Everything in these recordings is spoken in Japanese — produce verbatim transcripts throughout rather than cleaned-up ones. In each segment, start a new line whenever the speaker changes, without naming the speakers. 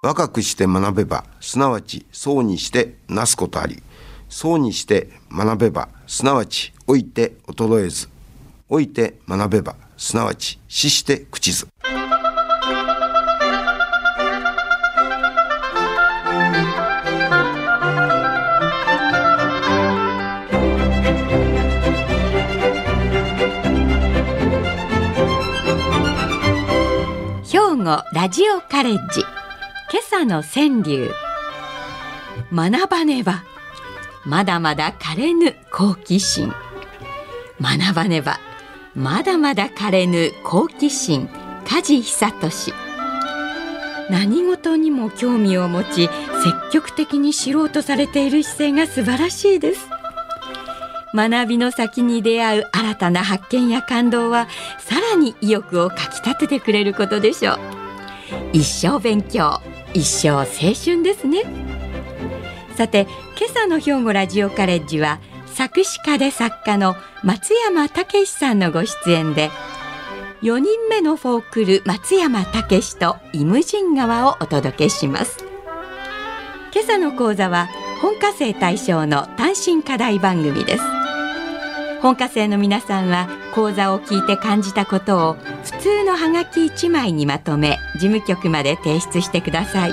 若くして学べば、すなわちそうにしてなすことあり、そうにして学べば、すなわち老いて衰えず、老いて学べば、すなわち死して朽ちず。
兵庫ラジオカレッジ、今朝の川柳。学ばねばまだまだ枯れぬ好奇心。学ばねばまだまだ枯れぬ好奇心、梶久俊。何事にも興味を持ち、積極的に知ろうとされている姿勢が素晴らしいです。学びの先に出会う新たな発見や感動は、さらに意欲をかきたててくれることでしょう。一生勉強、一生青春ですね。さて、今朝の兵庫ラジオカレッジは、作詞家で作家の松山猛さんのご出演で、よにんめのフォークル松山猛とイムジン川をお届けします。今朝の講座は本科生対象の単身課題番組です。本科生の皆さんは講座を聞いて感じたことを普通のハガキいちまいにまとめ、事務局まで提出してください。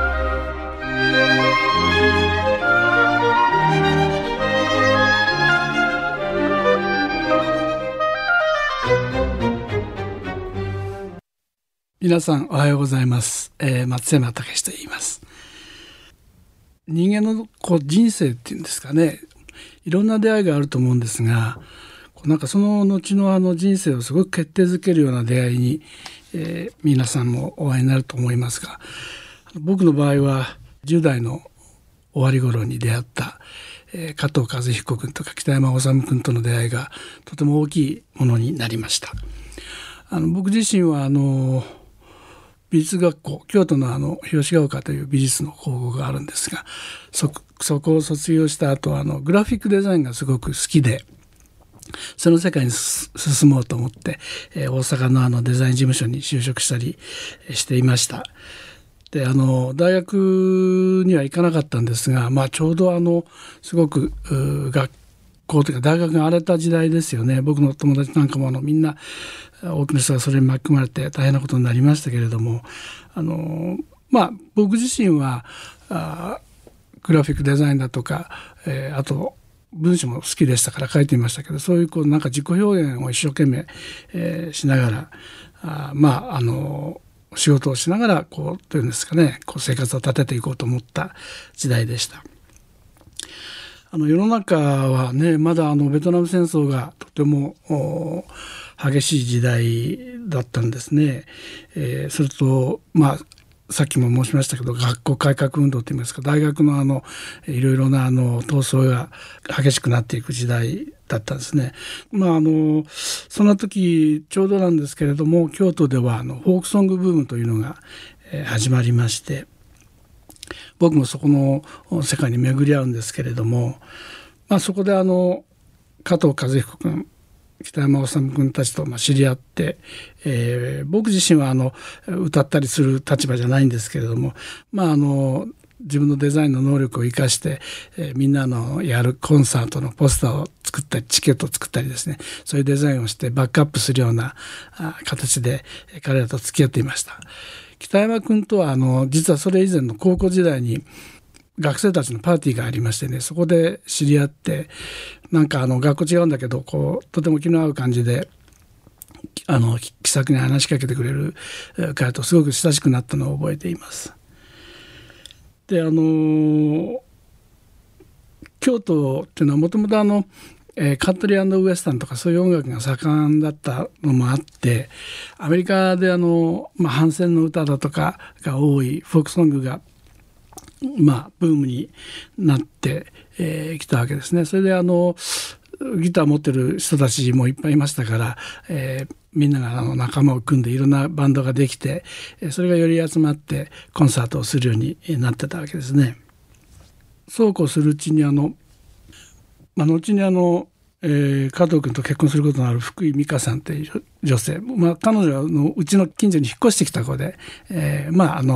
皆さんおはようございます、えー、松山猛と言います。人間のこう人生っていうんですかね、いろんな出会いがあると思うんですが、こうなんかその後のあの人生をすごく決定づけるような出会いに、えー、皆さんもお会いになると思いますが、僕の場合はじゅう代の終わり頃に出会った、えー、加藤和彦君とか北山治君との出会いがとても大きいものになりました。あの僕自身はあの美術学校、京都のあの日吉ヶ丘という美術の高校があるんですが、 そ, そこを卒業した後、あのグラフィックデザインがすごく好きで、その世界に進もうと思って、えー、大阪のあのデザイン事務所に就職したりしていました。で、あの大学には行かなかったんですが、まあ、ちょうどあのすごく学校というか大学が荒れた時代ですよね。僕の友達なんかもあのみんな多くの人がそれに巻き込まれて大変なことになりましたけれども、あのまあ僕自身はあグラフィックデザインだとか、えー、あと文章も好きでしたから書いてみましたけど、そういうこうなんか自己表現を一生懸命、えー、しながら、あまああの仕事をしながらこうというんですかね、こう生活を立てていこうと思った時代でした。あの世の中はね、まだあのベトナム戦争がとても激しい時代だったんですね。えー、それとまあさっきも申しましたけど、学校改革運動といいますか、大学のあのいろいろなあの闘争が激しくなっていく時代だったんですね。まああのその時ちょうどなんですけれども、京都ではあのフォークソングブームというのが始まりまして、僕もそこの世界に巡り合うんですけれども、まあ、そこであの加藤和彦君、北山治君たちと知り合って、えー、僕自身はあの歌ったりする立場じゃないんですけれども、まあ、あの自分のデザインの能力を生かして、えー、みんなのやるコンサートのポスターを作ったりチケットを作ったりですね、そういうデザインをしてバックアップするような形で彼らと付き合っていました。北山君とはあの実はそれ以前の高校時代に学生たちのパーティーがありましてね、そこで知り合って、なんかあの学校違うんだけどこうとても気の合う感じで、あの気さくに話しかけてくれる彼とすごく親しくなったのを覚えています。で、あの京都っていうのはもともとあのえー、カントリー&ウエスタンとかそういう音楽が盛んだったのもあって、アメリカであの、まあ、反戦の歌だとかが多いフォークソングが、まあ、ブームになってき、えー、たわけですね。それであのギター持ってる人たちもいっぱいいましたから、えー、みんながあの仲間を組んでいろんなバンドができて、それがより集まってコンサートをするようになってたわけですね。そうこうするうちにあのまあ、後にあの、えー、加藤君と結婚することのある福井美香さんという女性、まあ、彼女のうちの近所に引っ越してきた子で、えー、まああの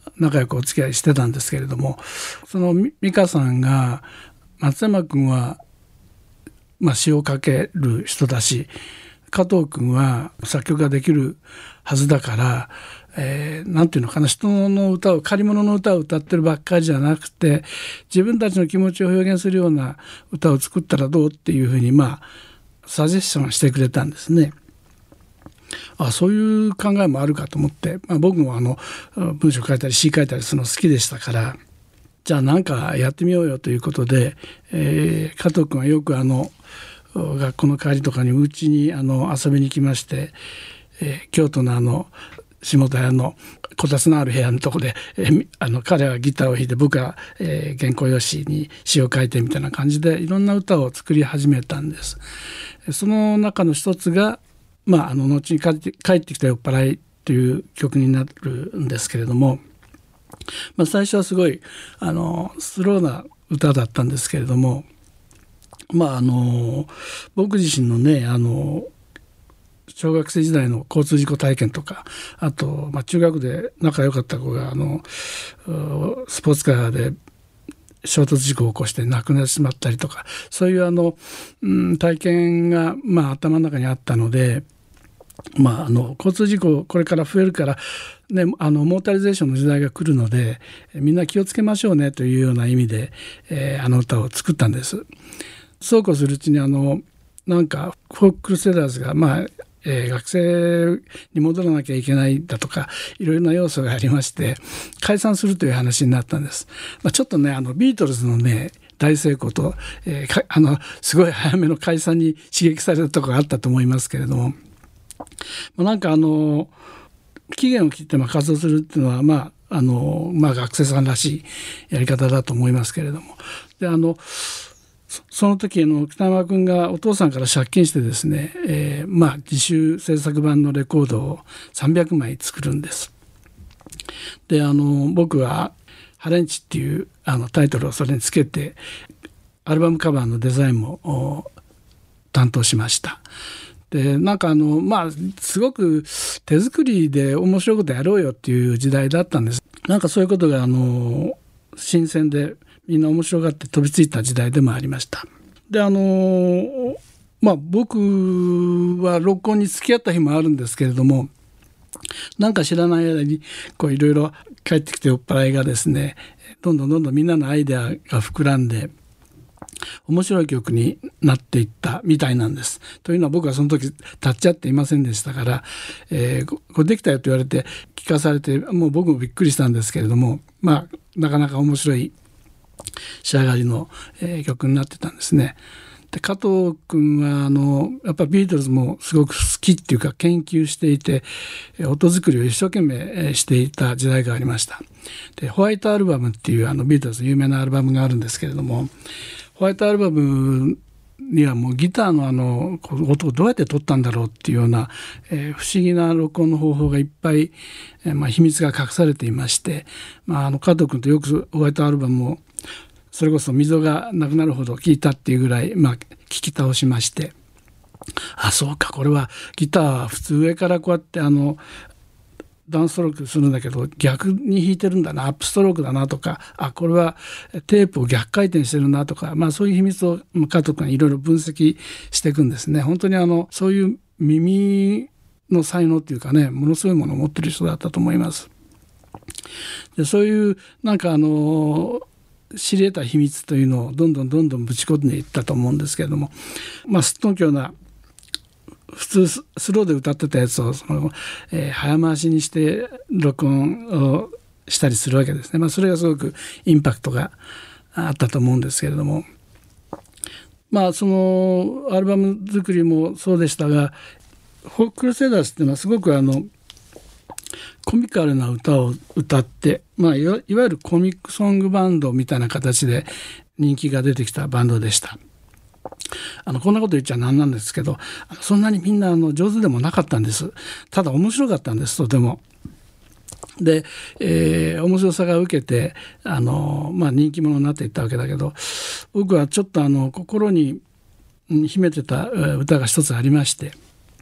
仲良くお付き合いしてたんですけれども、その美香さんが松山君は、まあ、詩を書ける人だし、加藤君は作曲ができるはずだから、えー、なんていうのかな、人の歌を、借り物の歌を歌ってるばっかりじゃなくて、自分たちの気持ちを表現するような歌を作ったらどうっていうふうに、まあサジェッションしてくれたんですね。あ、そういう考えもあるかと思って、まあ、僕もあの文章書いたり詩書いたりするの好きでしたから、じゃあなんかやってみようよということで、えー、加藤君はよくあの学校の帰りとかにうちにあの遊びに来まして、えー、京都のあの下田屋のこたつのある部屋のとこで、えー、あの彼はギターを弾いて僕は、えー、原稿用紙に詩を書いてみたいな感じでいろんな歌を作り始めたんです。その中の一つが、まあ、あの後に帰って、帰ってきた酔っ払いという曲になるんですけれども、まあ、最初はすごいあのスローな歌だったんですけれども、まあ、あの僕自身のね、あの小学生時代の交通事故体験とか、あと、まあ、中学で仲良かった子があのスポーツカーで衝突事故を起こして亡くなってしまったりとか、そういうあの、うん、体験が、まあ、頭の中にあったので、まあ、あの交通事故これから増えるから、ね、あのモータリゼーションの時代が来るのでみんな気をつけましょうねというような意味で、えー、あの歌を作ったんです。そうこうするうちにあのなんかフォークルセダーズが、まあえー、学生に戻らなきゃいけないだとかいろいろな要素がありまして解散するという話になったんです。まあ、ちょっとねあのビートルズのね大成功と、えー、あのすごい早めの解散に刺激されたところがあったと思いますけれども、まあ、なんかあの期限を切ってまあ活動するっていうのは、まああのまあ、学生さんらしいやり方だと思いますけれども、であのその時の北山君がお父さんから借金してですね、えー、まあ自主制作版のレコードをさんびゃくまい作るんです。であの僕は「ハレンチ」っていうあのタイトルをそれにつけてアルバムカバーのデザインも担当しました。でなんかあのまあすごく手作りで面白いことやろうよっていう時代だったんです。なんかそういうことがあの新鮮でみんな面白がって飛びついた時代でもありました。であのまあ僕は録音に付き合った日もあるんですけれども、なんか知らない間にこういろいろ帰ってきて酔っ払いがですねどんどんどんどんみんなのアイデアが膨らんで面白い曲になっていったみたいなんです。というのは僕はその時立っちゃっていませんでしたから、えー、これできたよと言われて聞かされてもう僕もびっくりしたんですけれども、まあなかなか面白い仕上がりの、えー、曲になってたんですね。で加藤君はあのやっぱビートルズもすごく好きっていうか研究していて音作りを一生懸命していた時代がありました。でホワイトアルバムっていうあのビートルズ有名なアルバムがあるんですけれども、ホワイトアルバムにはもうギターのあの音をどうやって撮ったんだろうっていうような、えー、不思議な録音の方法がいっぱい、えーまあ、秘密が隠されていまして、まあ、あの加藤君とよくホワイトアルバムをそれこそ溝がなくなるほど聴いたっていうぐらい、まあ、聞き倒しまして、あそうかこれはギターは普通上からこうやってあのダウンストロークするんだけど逆に弾いてるんだな、アップストロークだなとか、あこれはテープを逆回転してるなとか、まあ、そういう秘密を加藤君いろいろ分析していくんですね。本当にあのそういう耳の才能っていうかね、ものすごいものを持ってる人だったと思います。でそういうなんかあの知り得た秘密というのをどんどんどんどんぶち込んでいったと思うんですけれども、まあすっとんきょうな普通スローで歌ってたやつをその、えー、早回しにして録音をしたりするわけですね。まあ、それがすごくインパクトがあったと思うんですけれども、まあそのアルバム作りもそうでしたが、フォークルセダースっていうのはすごくあのコミカルな歌を歌って、まあ、いわゆるコミックソングバンドみたいな形で人気が出てきたバンドでした。あのこんなこと言っちゃなんなんですけど、あのそんなにみんなあの上手でもなかったんです。ただ面白かったんです、とても。で、えー、面白さが受けてあの、まあ、人気者になっていったわけだけど、僕はちょっとあの心に秘めてた歌が一つありまして、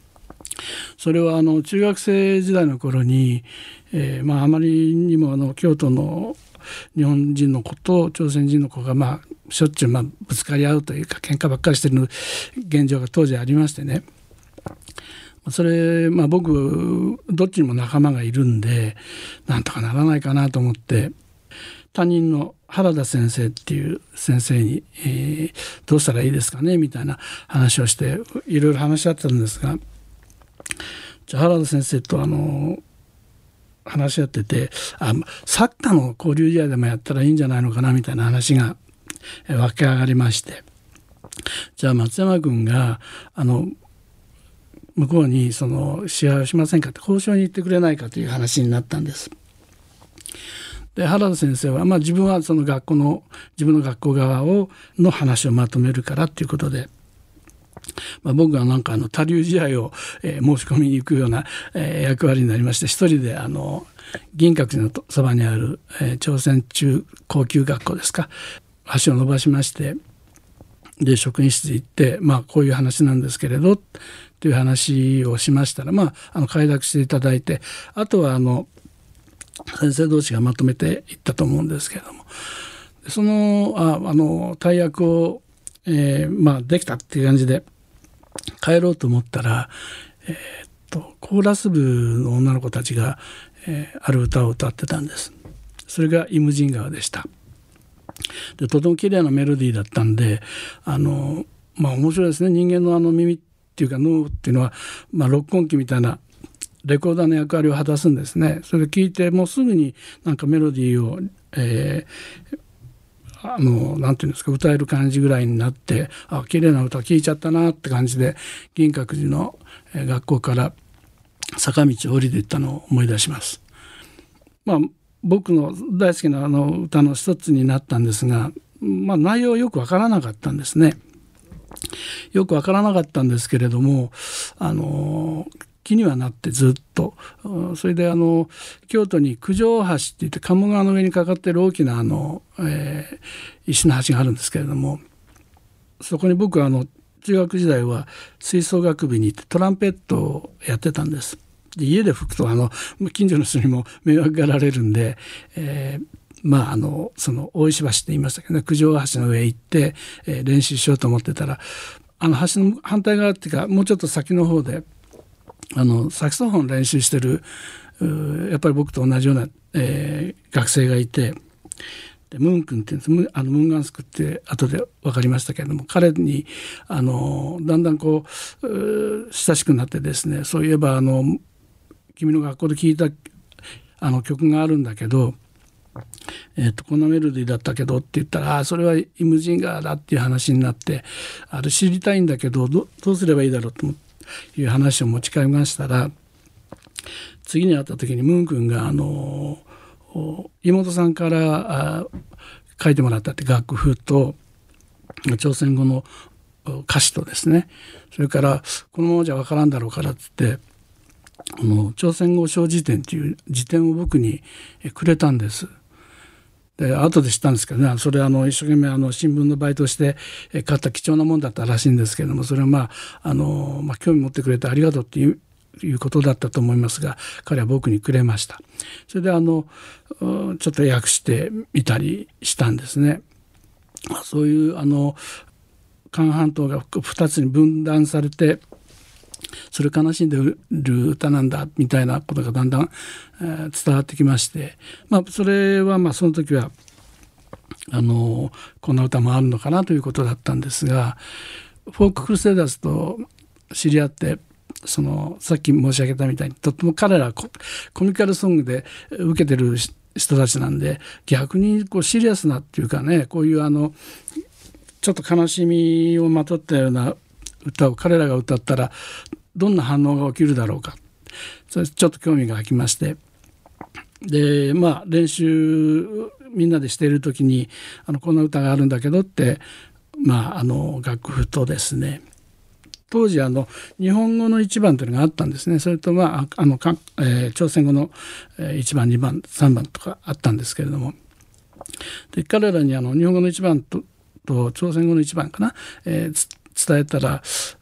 それはあの中学生時代の頃に、えーまあ、あまりにもあの京都の日本人の子と朝鮮人の子がまあしょっちゅうまあぶつかり合うというか喧嘩ばっかりしてる現状が当時ありましてね、それまあ僕どっちにも仲間がいるんでなんとかならないかなと思って担任の原田先生っていう先生に、えー、どうしたらいいですかねみたいな話をしていろいろ話し合ってたんですが、じゃあ原田先生とあの話し合ってて、あサッカーの交流試合でもやったらいいんじゃないのかなみたいな話が湧き上がりまして、じゃあ松山君があの向こうにその試合をしませんかって交渉に行ってくれないかという話になったんです。で原田先生は、まあ、自分はその学校の自分の学校側をの話をまとめるからっていうことで、まあ、僕がなんかあの他流試合を、えー、申し込みに行くような、えー、役割になりまして、一人であの銀閣寺のそばにある、えー、朝鮮中高級学校ですか、足を伸ばしまして、で職員室行って、まあ、こういう話なんですけれどという話をしましたら、まあ、あの快諾していただいて、あとはあの先生同士がまとめていったと思うんですけれども、そのああの大役を、えーまあ、できたっていう感じで帰ろうと思ったら、えー、っとコーラス部の女の子たちが、えー、ある歌を歌ってたんです。それがイムジン川でした。でとても綺麗なメロディーだったんで、あのまあ面白いですね。人間のあの耳っていうか脳っていうのは、まあ、録音機みたいなレコーダーの役割を果たすんですね。それ聞いてもうすぐになんかメロディーを、えー、あのなんていうんですか、歌える感じぐらいになって、あ綺麗な歌聞いちゃったなって感じで銀閣寺の学校から坂道を降りていったのを思い出します。まあ僕の大好きなあの歌の一つになったんですが、まあ、内容はよくわからなかったんですね。よくわからなかったんですけれども、あの気にはなってずっと、それであの京都に九条橋っていって鴨川の上にかかっている大きなあの、えー、石の橋があるんですけれども、そこに僕はあの中学時代は吹奏楽部に行ってトランペットをやってたんです。で家で吹くとあの近所の人にも迷惑がられるんで、えー、まああのその大石橋って言いましたけどね、九条橋の上行って、えー、練習しようと思ってたら、あの橋の反対側っていうかもうちょっと先の方であのサクソフォン練習してるやっぱり僕と同じような、えー、学生がいて、でムーン君っていうんです。あのムーンガンスクって後で分かりましたけれども、彼にあのだんだんこう親しくなってですね、そういえばあの君の学校で聴いたあの曲があるんだけど、えー、とこんなメロディーだったけどって言ったら、あそれはイムジンガーだっていう話になって、あれ知りたいんだけど ど, どうすればいいだろうという話を持ち帰りましたら、次に会った時にムーン君があの妹さんから書いてもらったって楽譜と朝鮮語の歌詞とですね、それからこのままじゃ分からんだろうからっつってあの朝鮮語小辞典っていう辞典を僕にくれたんです。で後で知ったんですけどね、それあの一生懸命あの新聞のバイトして買った貴重なもんだったらしいんですけども、それはまああの、まあ、興味持ってくれてありがとうっていういうことだったと思いますが、彼は僕にくれました。それであのちょっと訳してみたりしたんですね。そういうあの韓半島がふたつに分断されて、それ悲しんでる歌なんだみたいなことがだんだん、えー、伝わってきまして、まあ、それはまあその時はあのこんな歌もあるのかなということだったんですが、フォーククルセイダーズと知り合って、そのさっき申し上げたみたいにとっても彼らは コ, コミカルソングで受けてる人たちなんで、逆にこうシリアスなっていうかね、こういうあのちょっと悲しみをまとったような歌を彼らが歌ったらどんな反応が起きるだろうか、それちょっと興味が湧きまして、でまあ練習みんなでしている時にあのこんな歌があるんだけどって、まああの楽譜とですね、当時あの日本語のいちばんというのがあったんですね。それとまああのか、えー、朝鮮語のいちばんにばんさんばんとかあったんですけれども、で彼らにあの日本語のいちばんとと朝鮮語のいちばんかな、えー、伝えたら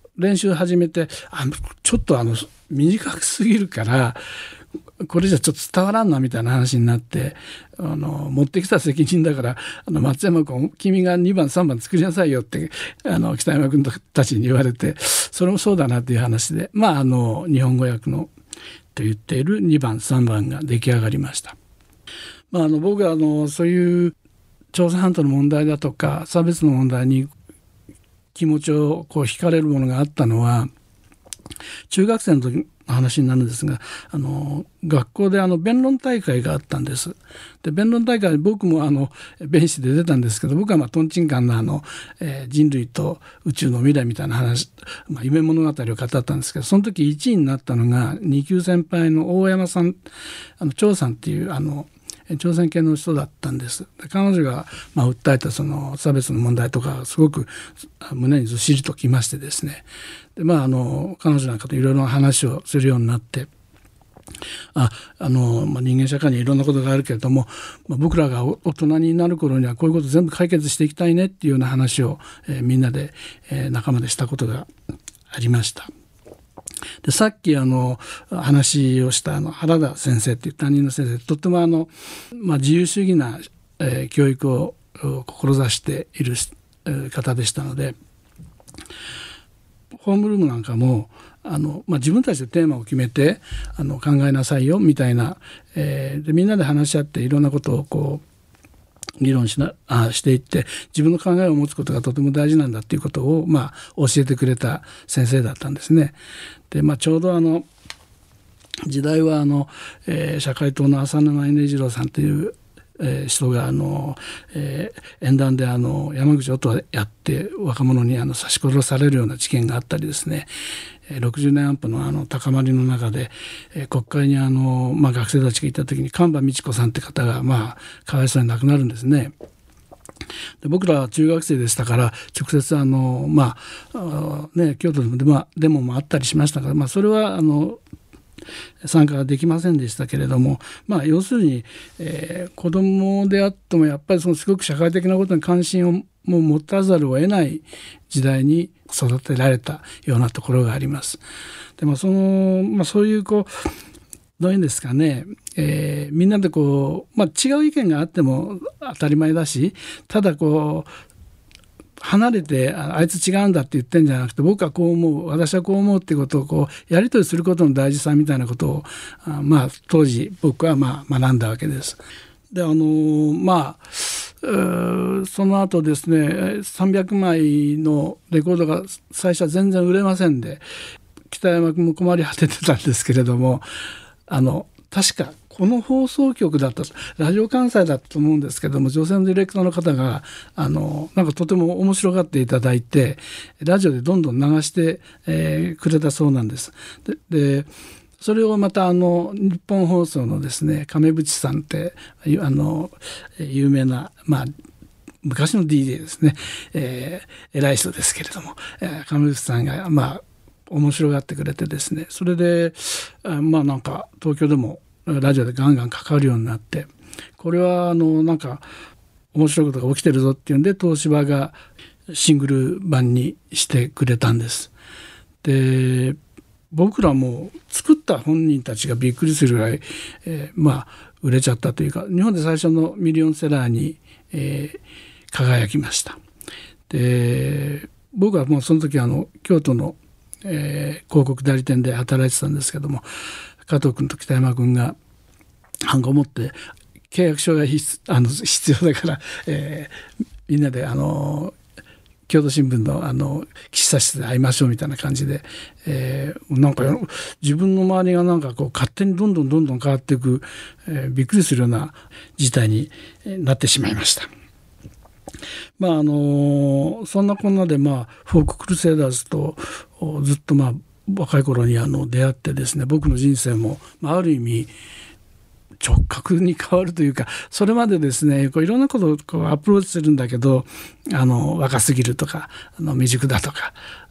練習始めてあちょっとあの短くすぎるからこれじゃちょっと伝わらんなみたいな話になってあの持ってきた責任だからあの松山君君がにばんさんばん作りなさいよってあの北山君たちに言われてそれもそうだなっていう話でまああの日本語訳のと言っているにばんさんばんが出来上がりました。まあ、あの僕はあのそういう朝鮮半島の問題だとか差別の問題に気持ちをこう惹かれるものがあったのは中学生の時の話になるんですがあの学校であの弁論大会があったんです。で弁論大会僕もあの弁士で出たんですけど僕はまあトンチンカンなあの、えー、人類と宇宙の未来みたいな話、まあ、夢物語を語ったんですけどその時いちいになったのがに級先輩の大山さんあの張さんっていうあの朝鮮系の人だったんです。で彼女がまあ訴えたその差別の問題とかすごく胸にずっしりときましてですねで、まあ、あの彼女なんかといろいろな話をするようになってああの、まあ、人間社会にいろんなことがあるけれども、まあ、僕らが大人になる頃にはこういうこと全部解決していきたいねっていうような話を、えー、みんなで、えー、仲間でしたことがありました。でさっきあの話をしたあの原田先生っていう担任の先生とってもあの、まあ、自由主義な、えー、教育を志している、えー、方でしたのでホームルームなんかもあの、まあ、自分たちでテーマを決めてあの考えなさいよみたいな、えー、でみんなで話し合っていろんなことをこう議論しなあしていって自分の考えを持つことがとても大事なんだっていうことを、まあ、教えてくれた先生だったんですね。で、まあ、ちょうどあの時代はあの、えー、社会党の浅沼稲次郎さんという、えー、人があの、えー、演壇であの山口音をやって若者にあの刺し殺されるような事件があったりですねろくじゅうねん安保のあの高まりの中で、えー、国会にあの、まあ、学生たちがいた時に神場美智子さんって方が、まあ、かわいそうに亡くなるんですね。で僕らは中学生でしたから直接あの、まあね、京都でもデモ、デモもあったりしましたから、まあ、それはあの参加できませんでしたけれども、まあ、要するに、えー、子どもであってもやっぱりそのすごく社会的なことに関心をもう持たざるを得ない時代に育てられたようなところがあります。でもその、まあ、そういうこうどういうんですかね、えー、みんなでこう、まあ、違う意見があっても当たり前だしただこう離れてあいつ違うんだって言ってんじゃなくて僕はこう思う私はこう思うっていうことをこうやり取りすることの大事さみたいなことをあまあ当時僕はまあ学んだわけです。であのまあその後ですねさんびゃくまいのレコードが最初は全然売れませんで北山君も困り果ててたんですけれどもあの確かこの放送局だったラジオ関西だったと思うんですけども女性のディレクターの方があのなんかとても面白がっていただいてラジオでどんどん流して、えー、くれたそうなんです。で、でそれをまたあの日本放送のですね亀渕さんってあの有名なまあ昔の ディージェー ですね、えー、偉い人ですけれども、えー、亀渕さんがまあ面白がってくれてですねそれでまあなんか東京でもラジオでガンガンかかるようになってこれはあのなんか面白いことが起きてるぞっていうんで東芝がシングル版にしてくれたんです。で僕らも作った本人たちがびっくりするぐらい、えー、まあ売れちゃったというか日本で最初のミリオンセラーに、えー、輝きました。で僕はもうその時あの京都の、えー、広告代理店で働いてたんですけども加藤君と北山君が版画を持って契約書が必あの必要だから、えー、みんなであの京都新聞のあの喫茶室で会いましょうみたいな感じで、えー、なんか自分の周りがなんかこう勝手にどんどんどんどん変わっていく、えー、びっくりするような事態になってしまいました。まああのそんなこんなで、まあ、フォーククルセイダーズとずっとまあ若い頃にあの出会ってですね僕の人生も、まあ、ある意味直角に変わるというかそれまでですねこういろんなことをこうアプローチするんだけどあの若すぎるとかあの未熟だとか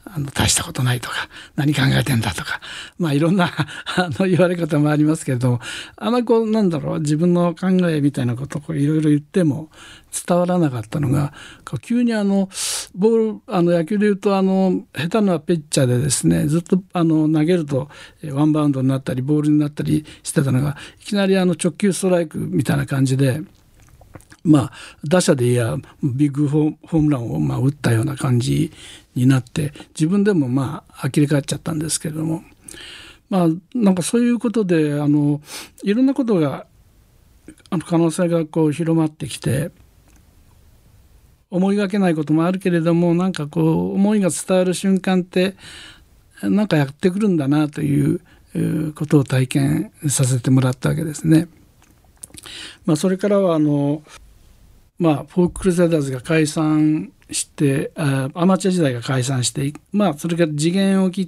あの大したことないとか何考えてんだとか、まあいろんなあの言われ方もありますけれども、あまりこうなんだろう、自分の考えみたいなことをいろいろ言っても伝わらなかったのが、急にあのボールあの野球でいうとあの下手なピッチャーでですね、ずっとあの投げるとワンバウンドになったりボールになったりしてたのが、いきなりあの直球ストライクみたいな感じで、まあ、打者でいやビッグホームランをまあ打ったような感じになって、自分でもまあ呆れ返っちゃったんですけれども、まあなんかそういうことであのいろんなことがあの可能性がこう広まってきて、思いがけないこともあるけれども、なんかこう思いが伝わる瞬間ってなんかやってくるんだなということを体験させてもらったわけですね。まあ、それからはあのまあ、フォーク・クルセイダーズが解散してあアマチュア時代が解散して、まあ、それから次元を切って、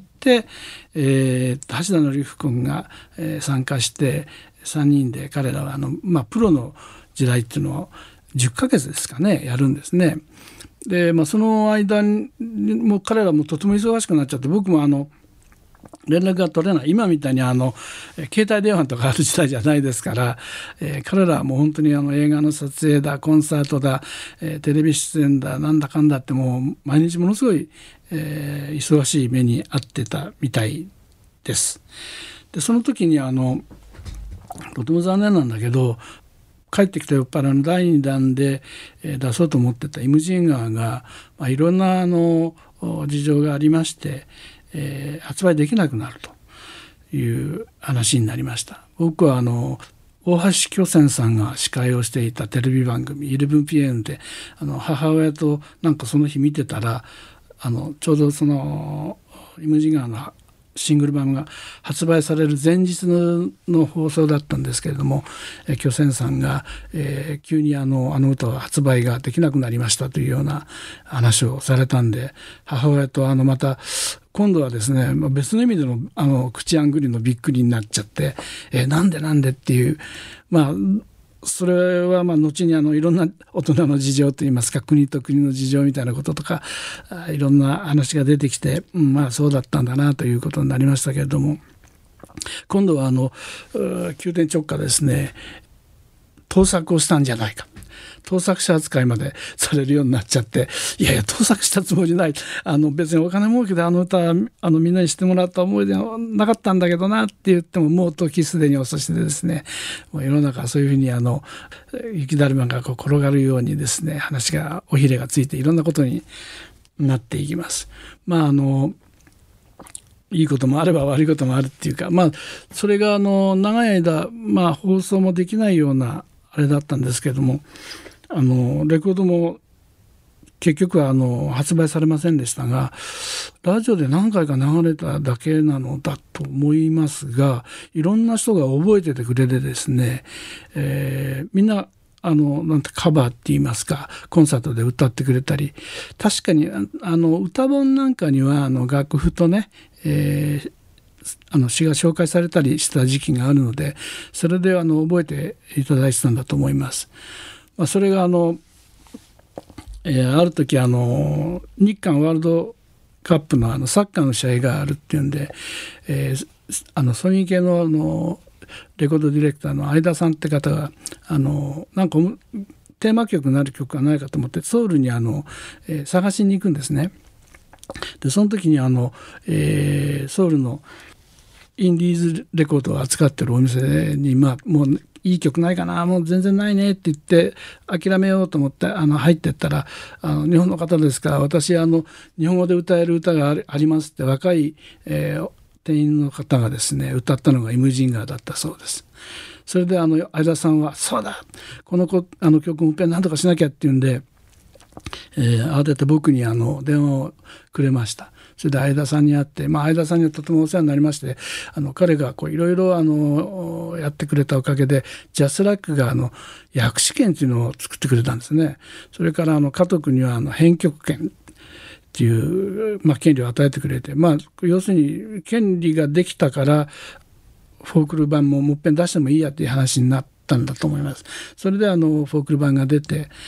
えー、橋田紀夫君が、えー、参加してさんにんで彼らはあの、まあ、プロの時代っていうのをじゅっかげつですかねやるんですね。で、まあ、その間にもう彼らもとても忙しくなっちゃって、僕もあの連絡が取れない、今みたいにあの携帯電話とかある時代じゃないですから、えー、彼らはもう本当にあの映画の撮影だコンサートだ、えー、テレビ出演だなんだかんだってもう毎日ものすごい、えー、忙しい目に遭ってたみたいです。でその時にあのとても残念なんだけど、帰ってきた酔っ払いのだいにだんで出そうと思ってたイムジンガーが、まあ、いろんなあの事情がありまして、えー、発売できなくなるという話になりました。僕はあの大橋巨泉さんが司会をしていたテレビ番組 イレブンピーエム であの母親となんかその日見てたら、あのちょうどそのイムジンガーのシングル版が発売される前日 の, の放送だったんですけれども、え巨泉さんが、えー、急にあのあの歌は発売ができなくなりましたというような話をされたんで、母親とあのまた今度はですね、別の意味でのあの口あんぐりのびっくりになっちゃって、えー、なんでなんでっていう、まあそれはまあ後にあのいろんな大人の事情といいますか、国と国の事情みたいなこととかいろんな話が出てきて、うん、まあそうだったんだなということになりましたけれども、今度はあの急転直下ですね、盗作をしたんじゃないか、盗作者扱いまでされるようになっちゃって、いやいや盗作したつもりない、あの別にお金儲けであの歌あのみんなにしてもらった思い出はなかったんだけどなって言っても、もう時すでに遅しでですね、もう世の中そういうふうにあの雪だるまがこう転がるようにですね、話が尾ひれがついていろんなことになっていきます。まああのいいこともあれば悪いこともあるっていうか、まあそれがあの長い間、まあ、放送もできないようなあれだったんですけれども、あのレコードも結局はあの発売されませんでしたが、ラジオで何回か流れただけなのだと思いますが、いろんな人が覚えててくれてですね、えー、みんなあのなんてカバーって言いますか、コンサートで歌ってくれたり、確かにあの歌本なんかにはあの楽譜とね、えーあの詩が紹介されたりした時期があるので、それであの覚えていただいてたんだと思います。まあ、それがあの、えー、ある時あの日韓ワールドカップ の, あのサッカーの試合があるっていうんで、えー、あのソニー系 の, あのレコードディレクターの相田さんって方があのなんかテーマ曲になる曲がないかと思ってソウルにあの、えー、探しに行くんですね。でその時にあの、えー、ソウルのインディーズレコードを扱ってるお店に、まあ、もういい曲ないかな、もう全然ないねって言って諦めようと思ってあの入ってったら、あの日本の方ですから、私あの日本語で歌える歌がありますって若い、えー、店員の方がですね歌ったのがイムジンガーだったそうです。それであの相田さんはそうだ、この子あの曲も何とかしなきゃっていうんで、えー、慌てて僕にあの電話をくれました。それで相田さんに会って、まあ、相田さんにはとてもお世話になりまして、あの彼がいろいろやってくれたおかげでジャスラックがあの訳詞権というのを作ってくれたんですね。それからあの家督にはあの編曲権っていう、まあ、権利を与えてくれて、まあ、要するに権利ができたからフォークル版ももっぺん出してもいいやっていう話になったんだと思います。それであのフォークル版が出て、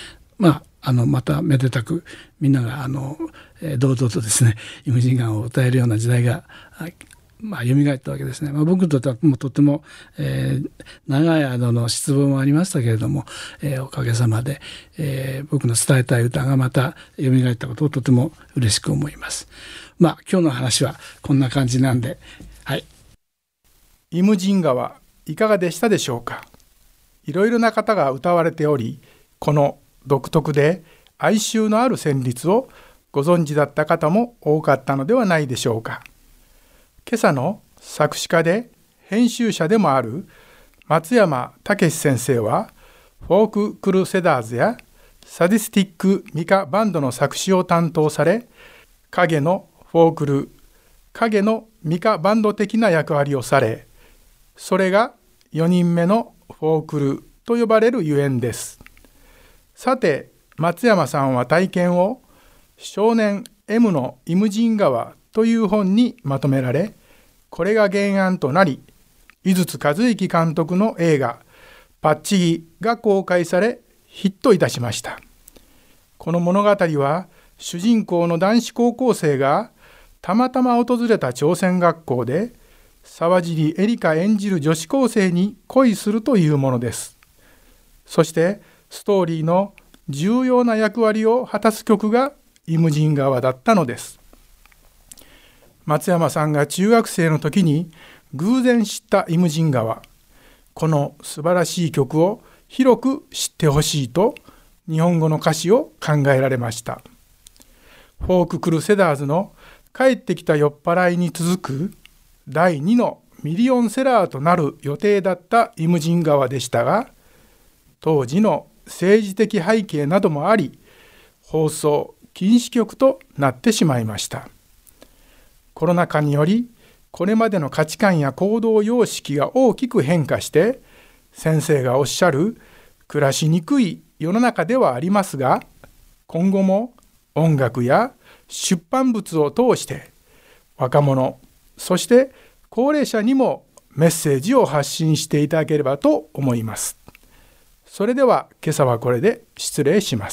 まああのまためでたくみんながあの、えー、堂々とですねイムジン河を歌えるような時代がまあ蘇ったわけですね。まあ、僕にとってはもうとても、えー、長い間の失望もありましたけれども、えー、おかげさまで、えー、僕の伝えたい歌がまた蘇ったことをとても嬉しく思います。まあ今日の話はこんな感じなんで、はい。
イムジン河いかがでしたでしょうか。いろいろな方が歌われており、この独特で哀愁のある旋律をご存知だった方も多かったのではないでしょうか。今朝の作詞家で編集者でもある松山武先生はフォーククルセダーズやサディスティックミカバンドの作詞を担当され、影のフォークル、影のミカバンド的な役割をされ、それがよにんめのフォークルと呼ばれるゆえんです。さて、松山さんは体験を少年 M のイムジン河という本にまとめられ、これが原案となり、井筒和之監督の映画パッチギが公開されヒットいたしました。この物語は主人公の男子高校生がたまたま訪れた朝鮮学校で沢尻エリカ演じる女子高生に恋するというものです。そしてストーリーの重要な役割を果たす曲がイムジン河だったのです。松山さんが中学生の時に偶然知ったイムジン河、この素晴らしい曲を広く知ってほしいと日本語の歌詞を考えられました。フォーククルセダーズの帰ってきた酔っ払いに続くだいにのミリオンセラーとなる予定だったイムジン河でしたが、当時の政治的背景などもあり、放送禁止曲となってしまいました。コロナ禍により、これまでの価値観や行動様式が大きく変化して、先生がおっしゃる暮らしにくい世の中ではありますが、今後も音楽や出版物を通して若者、そして高齢者にもメッセージを発信していただければと思います。それでは今朝はこれで失礼します。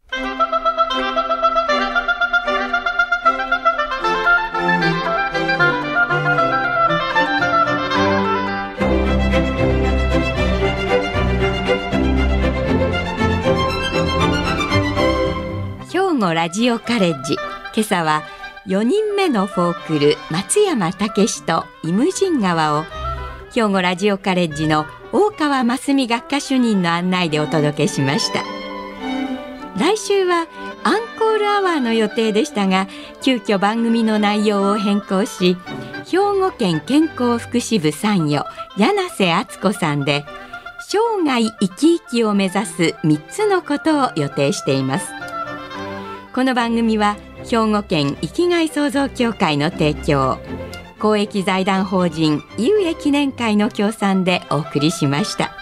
兵庫ラジオカレッジ、今朝はよにんめのフォークル松山武史とイムジン河を兵庫ラジオカレッジの大川真澄学科主任の案内でお届けしました。来週はアンコールアワーの予定でしたが、急遽番組の内容を変更し、兵庫県健康福祉部参与柳瀬敦子さんで生涯生き生きを目指すみっつのことを予定しています。この番組は兵庫県生きがい創造協会の提供、公益財団法人有益記念会の協賛でお送りしました。